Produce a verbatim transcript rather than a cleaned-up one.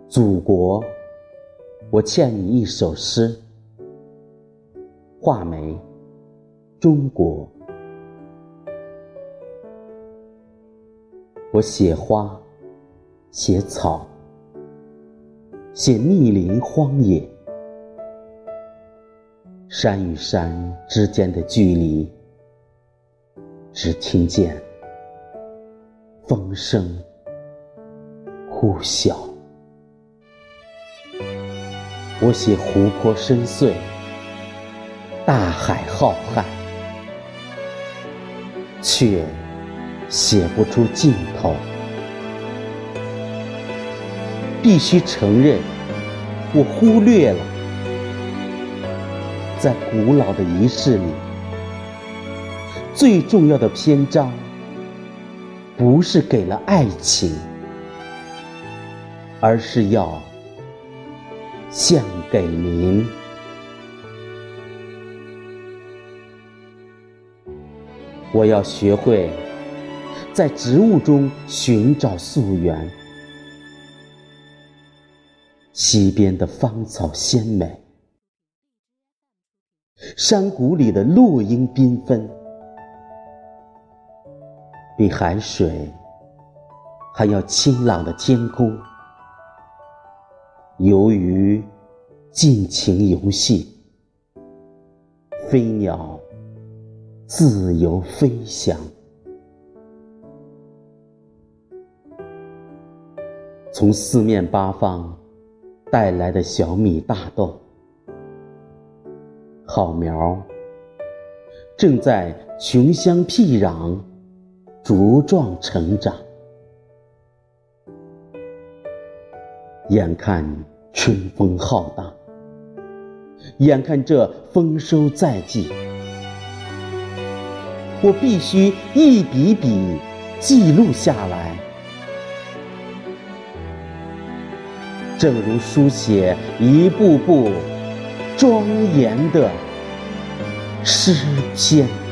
祖国，我欠你一首诗。画眉，中国。我写花，写草，写密林荒野，山与山之间的距离，只听见风声呼啸。我写湖泊深邃，大海浩瀚，却写不出尽头。必须承认，我忽略了，在古老的仪式里，最重要的篇章，不是给了爱情，而是要献给您。我要学会在植物中寻找溯源。溪边的芳草鲜美，山谷里的落英缤纷，比海水还要清朗的天空，游鱼尽情游戏，飞鸟自由飞翔。从四面八方带来的小米大豆，好苗正在穷乡僻壤茁壮成长。眼看春风浩荡，眼看这丰收在即，我必须一笔笔记录下来，正如书写一部部庄严的诗篇。